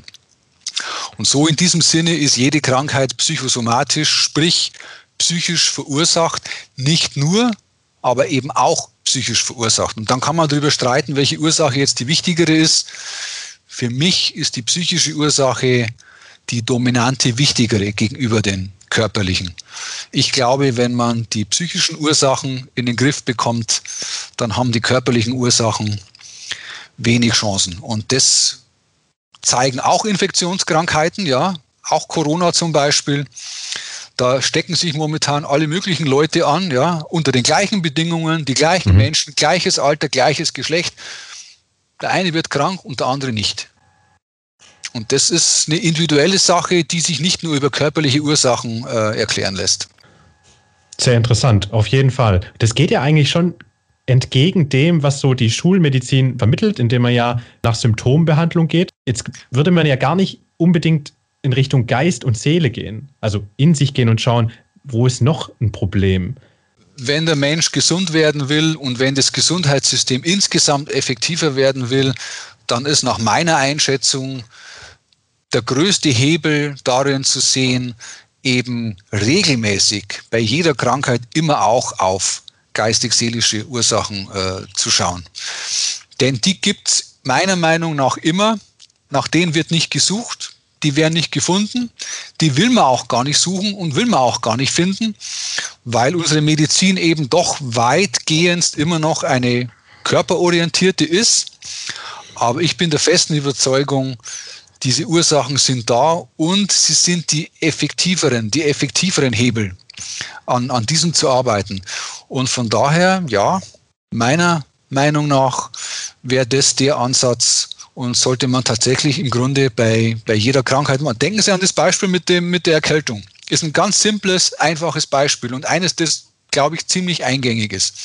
Und so in diesem Sinne ist jede Krankheit psychosomatisch, sprich psychisch verursacht, nicht nur, aber eben auch psychisch verursacht. Und dann kann man darüber streiten, welche Ursache jetzt die wichtigere ist. Für mich ist die psychische Ursache die dominante, wichtigere gegenüber den körperlichen. Ich glaube, wenn man die psychischen Ursachen in den Griff bekommt, dann haben die körperlichen Ursachen wenig Chancen. Und das zeigen auch Infektionskrankheiten, auch Corona zum Beispiel. Da stecken sich momentan alle möglichen Leute an, unter den gleichen Bedingungen, die gleichen Menschen, gleiches Alter, gleiches Geschlecht. Der eine wird krank und der andere nicht. Und das ist eine individuelle Sache, die sich nicht nur über körperliche Ursachen erklären lässt. Sehr interessant, auf jeden Fall. Das geht ja eigentlich schon entgegen dem, was so die Schulmedizin vermittelt, indem man ja nach Symptombehandlung geht. Jetzt würde man ja gar nicht unbedingt in Richtung Geist und Seele gehen, also in sich gehen und schauen, wo ist noch ein Problem? Wenn der Mensch gesund werden will und wenn das Gesundheitssystem insgesamt effektiver werden will, dann ist nach meiner Einschätzung der größte Hebel darin zu sehen, eben regelmäßig bei jeder Krankheit immer auch auf geistig-seelische Ursachen zu schauen. Denn die gibt es meiner Meinung nach immer, nach denen wird nicht gesucht, die werden nicht gefunden, die will man auch gar nicht suchen und will man auch gar nicht finden, weil unsere Medizin eben doch weitgehend immer noch eine körperorientierte ist. Aber ich bin der festen Überzeugung, diese Ursachen sind da und sie sind die effektiveren Hebel, an diesem zu arbeiten. Und von daher, meiner Meinung nach wäre das der Ansatz und sollte man tatsächlich im Grunde bei jeder Krankheit machen. Denken Sie an das Beispiel mit der Erkältung. Ist ein ganz simples, einfaches Beispiel und eines, das, glaube ich, ziemlich eingängig ist.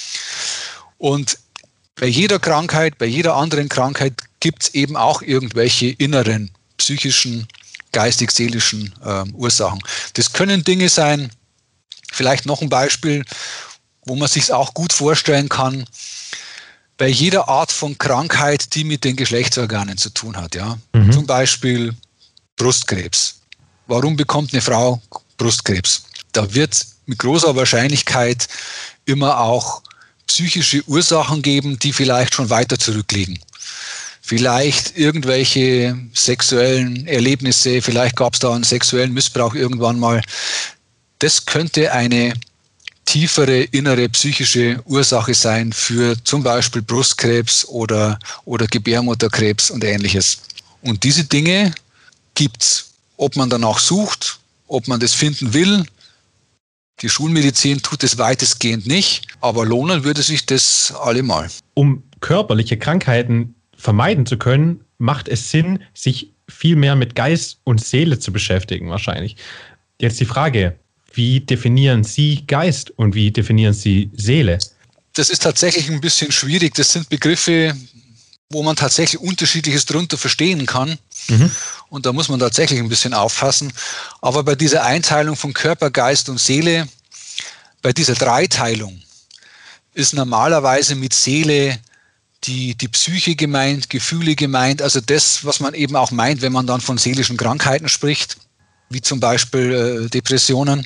Und bei jeder Krankheit, bei jeder anderen Krankheit gibt es eben auch irgendwelche inneren, psychischen, geistig-seelischen Ursachen. Das können Dinge sein, vielleicht noch ein Beispiel, wo man sich auch gut vorstellen kann, bei jeder Art von Krankheit, die mit den Geschlechtsorganen zu tun hat. Zum Beispiel Brustkrebs. Warum bekommt eine Frau Brustkrebs? Da wird mit großer Wahrscheinlichkeit immer auch psychische Ursachen geben, die vielleicht schon weiter zurückliegen. Vielleicht irgendwelche sexuellen Erlebnisse, vielleicht gab es da einen sexuellen Missbrauch irgendwann mal. Das könnte eine tiefere innere psychische Ursache sein für zum Beispiel Brustkrebs oder Gebärmutterkrebs und Ähnliches. Und diese Dinge gibt's. Ob man danach sucht, ob man das finden will, die Schulmedizin tut es weitestgehend nicht, aber lohnen würde sich das allemal. Um körperliche Krankheiten vermeiden zu können, macht es Sinn, sich viel mehr mit Geist und Seele zu beschäftigen wahrscheinlich. Jetzt die Frage, Wie definieren Sie Geist und wie definieren Sie Seele? Das ist tatsächlich ein bisschen schwierig. Das sind Begriffe, wo man tatsächlich Unterschiedliches darunter verstehen kann. Und da muss man tatsächlich ein bisschen aufpassen. Aber bei dieser Einteilung von Körper, Geist und Seele, bei dieser Dreiteilung, ist normalerweise mit Seele die Psyche gemeint, Gefühle gemeint, also das, was man eben auch meint, wenn man dann von seelischen Krankheiten spricht, wie zum Beispiel Depressionen.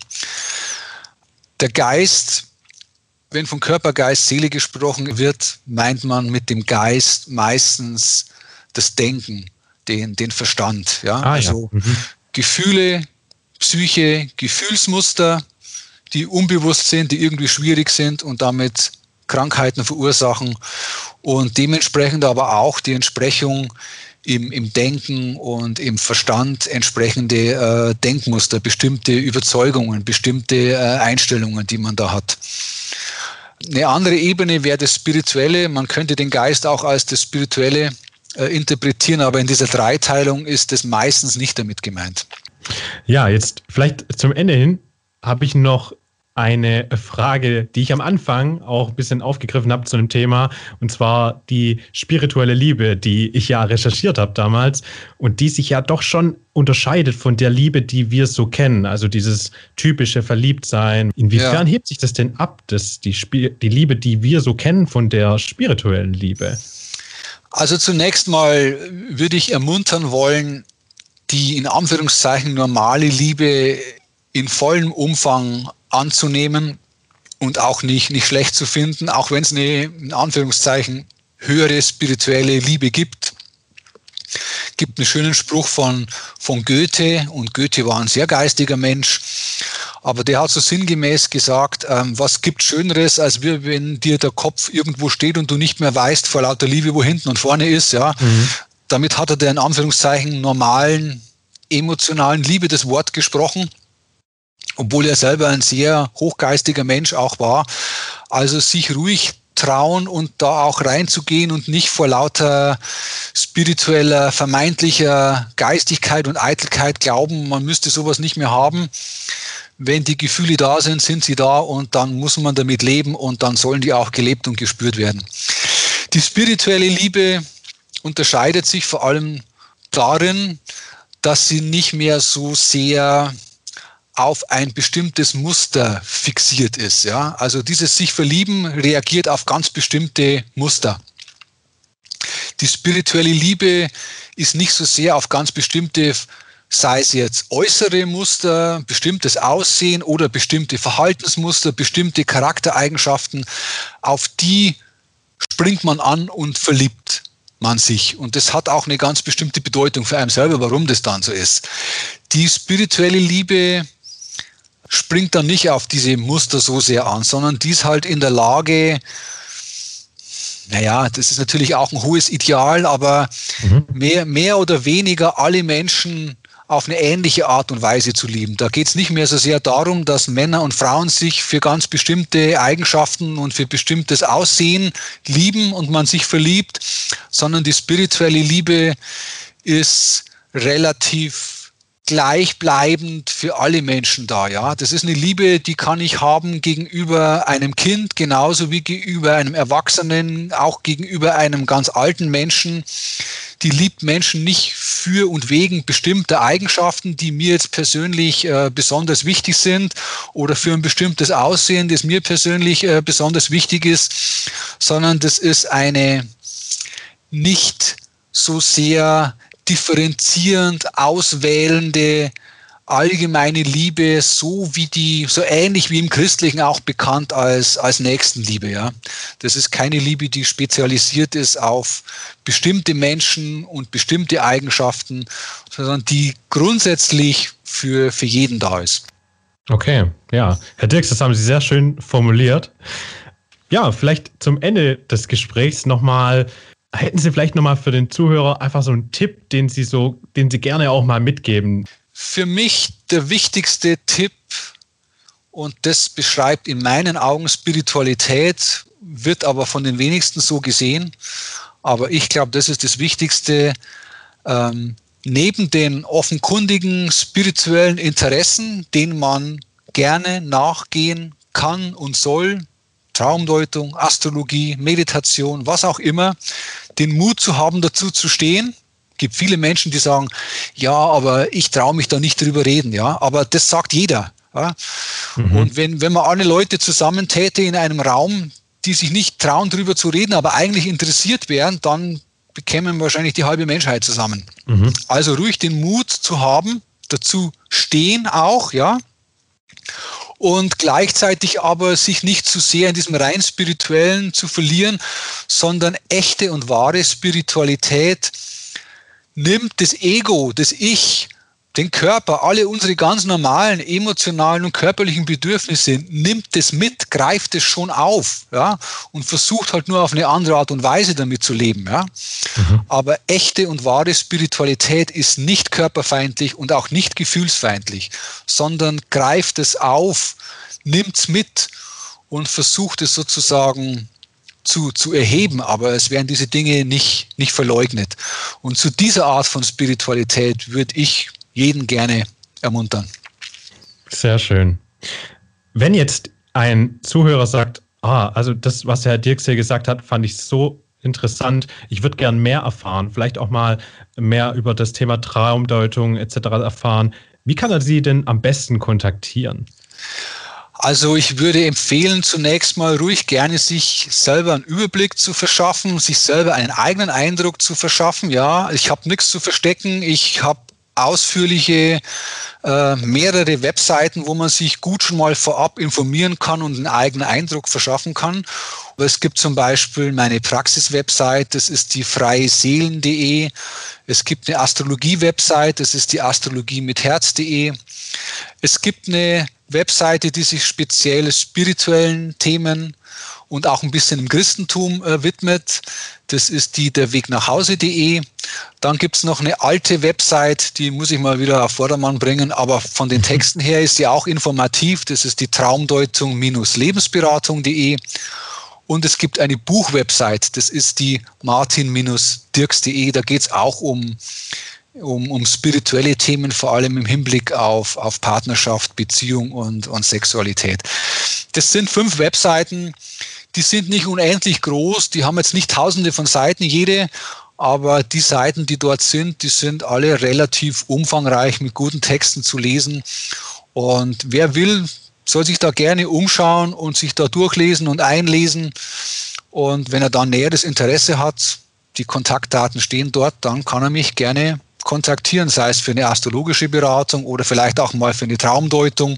Der Geist, wenn von Körper, Geist, Seele gesprochen wird, meint man mit dem Geist meistens das Denken, den Verstand. Ja? Also Gefühle, Psyche, Gefühlsmuster, die unbewusst sind, die irgendwie schwierig sind und damit Krankheiten verursachen und dementsprechend aber auch die Entsprechung im Denken und im Verstand entsprechende Denkmuster, bestimmte Überzeugungen, bestimmte Einstellungen, die man da hat. Eine andere Ebene wäre das Spirituelle. Man könnte den Geist auch als das Spirituelle interpretieren, aber in dieser Dreiteilung ist das meistens nicht damit gemeint. Ja, jetzt vielleicht zum Ende hin habe ich noch eine Frage, die ich am Anfang auch ein bisschen aufgegriffen habe zu einem Thema, und zwar die spirituelle Liebe, die ich ja recherchiert habe damals und die sich ja doch schon unterscheidet von der Liebe, die wir so kennen, also dieses typische Verliebtsein. Inwiefern hebt sich das denn ab, die Liebe, die wir so kennen, von der spirituellen Liebe? Also zunächst mal würde ich ermuntern wollen, die in Anführungszeichen normale Liebe in vollem Umfang anzunehmen und auch nicht schlecht zu finden, auch wenn es eine, in Anführungszeichen, höhere spirituelle Liebe gibt. Es gibt einen schönen Spruch von Goethe, und Goethe war ein sehr geistiger Mensch, aber der hat so sinngemäß gesagt, was gibt Schöneres, als wenn dir der Kopf irgendwo steht und du nicht mehr weißt vor lauter Liebe, wo hinten und vorne ist. Ja? Damit hat er der in Anführungszeichen normalen, emotionalen Liebe das Wort gesprochen, obwohl er selber ein sehr hochgeistiger Mensch auch war. Also sich ruhig trauen und da auch reinzugehen und nicht vor lauter spiritueller, vermeintlicher Geistigkeit und Eitelkeit glauben, man müsste sowas nicht mehr haben. Wenn die Gefühle da sind, sind sie da und dann muss man damit leben und dann sollen die auch gelebt und gespürt werden. Die spirituelle Liebe unterscheidet sich vor allem darin, dass sie nicht mehr so sehr auf ein bestimmtes Muster fixiert ist. Ja? Also dieses sich verlieben reagiert auf ganz bestimmte Muster. Die spirituelle Liebe ist nicht so sehr auf ganz bestimmte, sei es jetzt äußere Muster, bestimmtes Aussehen oder bestimmte Verhaltensmuster, bestimmte Charaktereigenschaften, auf die springt man an und verliebt man sich. Und das hat auch eine ganz bestimmte Bedeutung für einen selber, warum das dann so ist. Die spirituelle Liebe springt dann nicht auf diese Muster so sehr an, sondern die ist halt in der Lage, naja, das ist natürlich auch ein hohes Ideal, aber mehr oder weniger alle Menschen auf eine ähnliche Art und Weise zu lieben. Da geht es nicht mehr so sehr darum, dass Männer und Frauen sich für ganz bestimmte Eigenschaften und für bestimmtes Aussehen lieben und man sich verliebt, sondern die spirituelle Liebe ist relativ gleichbleibend für alle Menschen da. Ja, das ist eine Liebe, die kann ich haben gegenüber einem Kind, genauso wie gegenüber einem Erwachsenen, auch gegenüber einem ganz alten Menschen. Die liebt Menschen nicht für und wegen bestimmter Eigenschaften, die mir jetzt persönlich besonders wichtig sind oder für ein bestimmtes Aussehen, das mir persönlich besonders wichtig ist, sondern das ist eine nicht so sehr differenzierend auswählende allgemeine Liebe, so ähnlich wie im Christlichen auch bekannt als Nächstenliebe. Ja, das ist keine Liebe, die spezialisiert ist auf bestimmte Menschen und bestimmte Eigenschaften, sondern die grundsätzlich für jeden da ist. Okay, ja, Herr Dirks, das haben Sie sehr schön formuliert. Ja, vielleicht zum Ende des Gesprächs nochmal. Hätten Sie vielleicht nochmal für den Zuhörer einfach so einen Tipp, den Sie gerne auch mal mitgeben? Für mich der wichtigste Tipp, und das beschreibt in meinen Augen Spiritualität, wird aber von den wenigsten so gesehen. Aber ich glaube, das ist das Wichtigste. Neben den offenkundigen spirituellen Interessen, denen man gerne nachgehen kann und soll, Traumdeutung, Astrologie, Meditation, was auch immer, den Mut zu haben, dazu zu stehen. Es gibt viele Menschen, die sagen, ja, aber ich traue mich da nicht drüber reden, ja, aber das sagt jeder. Ja? Und wenn man alle Leute zusammentäte in einem Raum, die sich nicht trauen, drüber zu reden, aber eigentlich interessiert wären, dann bekämen wahrscheinlich die halbe Menschheit zusammen. Also ruhig den Mut zu haben, dazu stehen auch, ja, und gleichzeitig aber sich nicht zu sehr in diesem rein spirituellen zu verlieren, sondern echte und wahre Spiritualität nimmt das Ego, das Ich, den Körper, alle unsere ganz normalen emotionalen und körperlichen Bedürfnisse, nimmt es mit, greift es schon auf, ja, und versucht halt nur auf eine andere Art und Weise damit zu leben, ja. Aber echte und wahre Spiritualität ist nicht körperfeindlich und auch nicht gefühlsfeindlich, sondern greift es auf, nimmt es mit und versucht es sozusagen zu erheben, aber es werden diese Dinge nicht verleugnet. Und zu dieser Art von Spiritualität würde ich jeden gerne ermuntern. Sehr schön. Wenn jetzt ein Zuhörer sagt, also das, was Herr Dirks hier gesagt hat, fand ich so interessant. Ich würde gern mehr erfahren, vielleicht auch mal mehr über das Thema Traumdeutung etc. erfahren. Wie kann er Sie denn am besten kontaktieren? Also ich würde empfehlen, zunächst mal ruhig gerne sich selber einen Überblick zu verschaffen, sich selber einen eigenen Eindruck zu verschaffen. Ja, ich habe nichts zu verstecken. Ich habe ausführliche mehrere Webseiten, wo man sich gut schon mal vorab informieren kann und einen eigenen Eindruck verschaffen kann. Es gibt zum Beispiel meine Praxis-Website, das ist die freieseelen.de. Es gibt eine Astrologie-Website, das ist die astrologiemithherz.de. Es gibt eine Webseite, die sich speziell spirituellen Themen und auch ein bisschen im Christentum widmet. Das ist die derwegnachhause.de. Dann gibt es noch eine alte Website, die muss ich mal wieder auf Vordermann bringen, aber von den Texten her ist sie auch informativ. Das ist die Traumdeutung-lebensberatung.de. Und es gibt eine Buchwebsite, das ist die martin-dirks.de. Da geht es auch um spirituelle Themen, vor allem im Hinblick auf Partnerschaft, Beziehung und Sexualität. Das sind 5 Webseiten, die sind nicht unendlich groß, die haben jetzt nicht tausende von Seiten jede, aber die Seiten, die dort sind, die sind alle relativ umfangreich mit guten Texten zu lesen. Und wer will, soll sich da gerne umschauen und sich da durchlesen und einlesen. Und wenn er dann näheres Interesse hat, die Kontaktdaten stehen dort, dann kann er mich gerne kontaktieren, sei es für eine astrologische Beratung oder vielleicht auch mal für eine Traumdeutung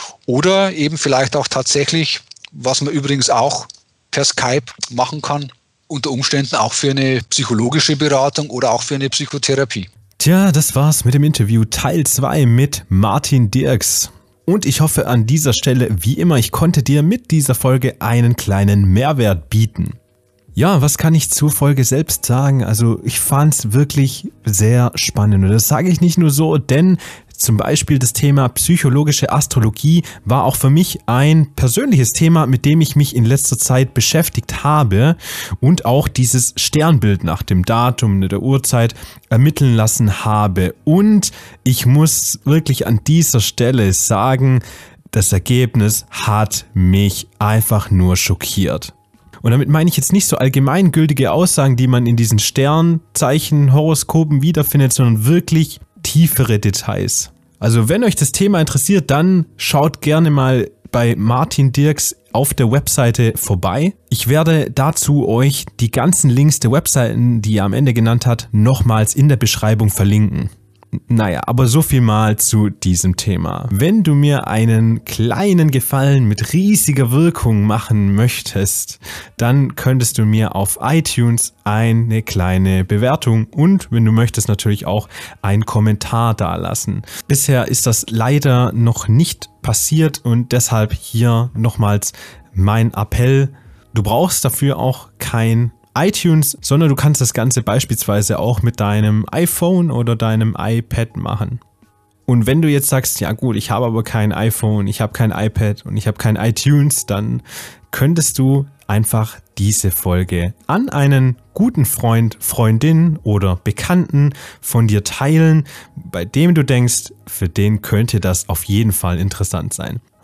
oder eben vielleicht auch tatsächlich, was man übrigens auch per Skype machen kann, unter Umständen auch für eine psychologische Beratung oder auch für eine Psychotherapie. Tja, das war's mit dem Interview Teil 2 mit Martin Dirks. Und ich hoffe an dieser Stelle, wie immer, ich konnte dir mit dieser Folge einen kleinen Mehrwert bieten. Ja, was kann ich zur Folge selbst sagen? Also ich fand es wirklich sehr spannend und das sage ich nicht nur so, denn zum Beispiel das Thema psychologische Astrologie war auch für mich ein persönliches Thema, mit dem ich mich in letzter Zeit beschäftigt habe und auch dieses Sternbild nach dem Datum, der Uhrzeit ermitteln lassen habe. Und ich muss wirklich an dieser Stelle sagen, das Ergebnis hat mich einfach nur schockiert. Und damit meine ich jetzt nicht so allgemeingültige Aussagen, die man in diesen Sternzeichen, Horoskopen wiederfindet, sondern wirklich tiefere Details. Also wenn euch das Thema interessiert, dann schaut gerne mal bei Martin Dirks auf der Webseite vorbei. Ich werde dazu euch die ganzen Links der Webseiten, die er am Ende genannt hat, nochmals in der Beschreibung verlinken. Naja, aber so viel mal zu diesem Thema. Wenn du mir einen kleinen Gefallen mit riesiger Wirkung machen möchtest, dann könntest du mir auf iTunes eine kleine Bewertung und, wenn du möchtest, natürlich auch einen Kommentar dalassen. Bisher ist das leider noch nicht passiert und deshalb hier nochmals mein Appell. Du brauchst dafür auch kein iTunes, sondern du kannst das Ganze beispielsweise auch mit deinem iPhone oder deinem iPad machen. Und wenn du jetzt sagst, ja gut, ich habe aber kein iPhone, ich habe kein iPad und ich habe kein iTunes, dann könntest du einfach diese Folge an einen guten Freund, Freundin oder Bekannten von dir teilen, bei dem du denkst, für den könnte das auf jeden Fall interessant sein.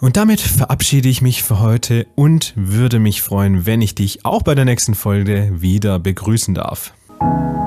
Und damit verabschiede ich mich für heute und würde mich freuen, wenn ich dich auch bei der nächsten Folge wieder begrüßen darf.